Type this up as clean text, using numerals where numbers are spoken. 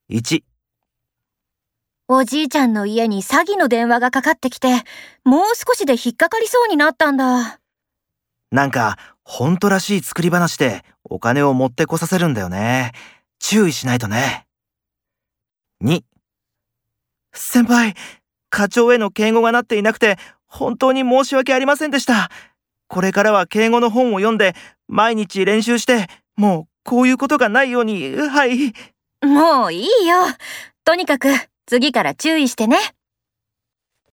1、 おじいちゃんの家に詐欺の電話がかかってきて、もう少しで引っかかりそうになったんだ。 なんか、本当らしい作り話でお金を持ってこさせるんだよね。注意しないとね。2、先輩、課長への敬語がなっていなくて、本当に申し訳ありませんでした。これからは敬語の本を読んで、毎日練習して、もうこういうことがないように、はい。 もういいよ。とにかく次から注意してね。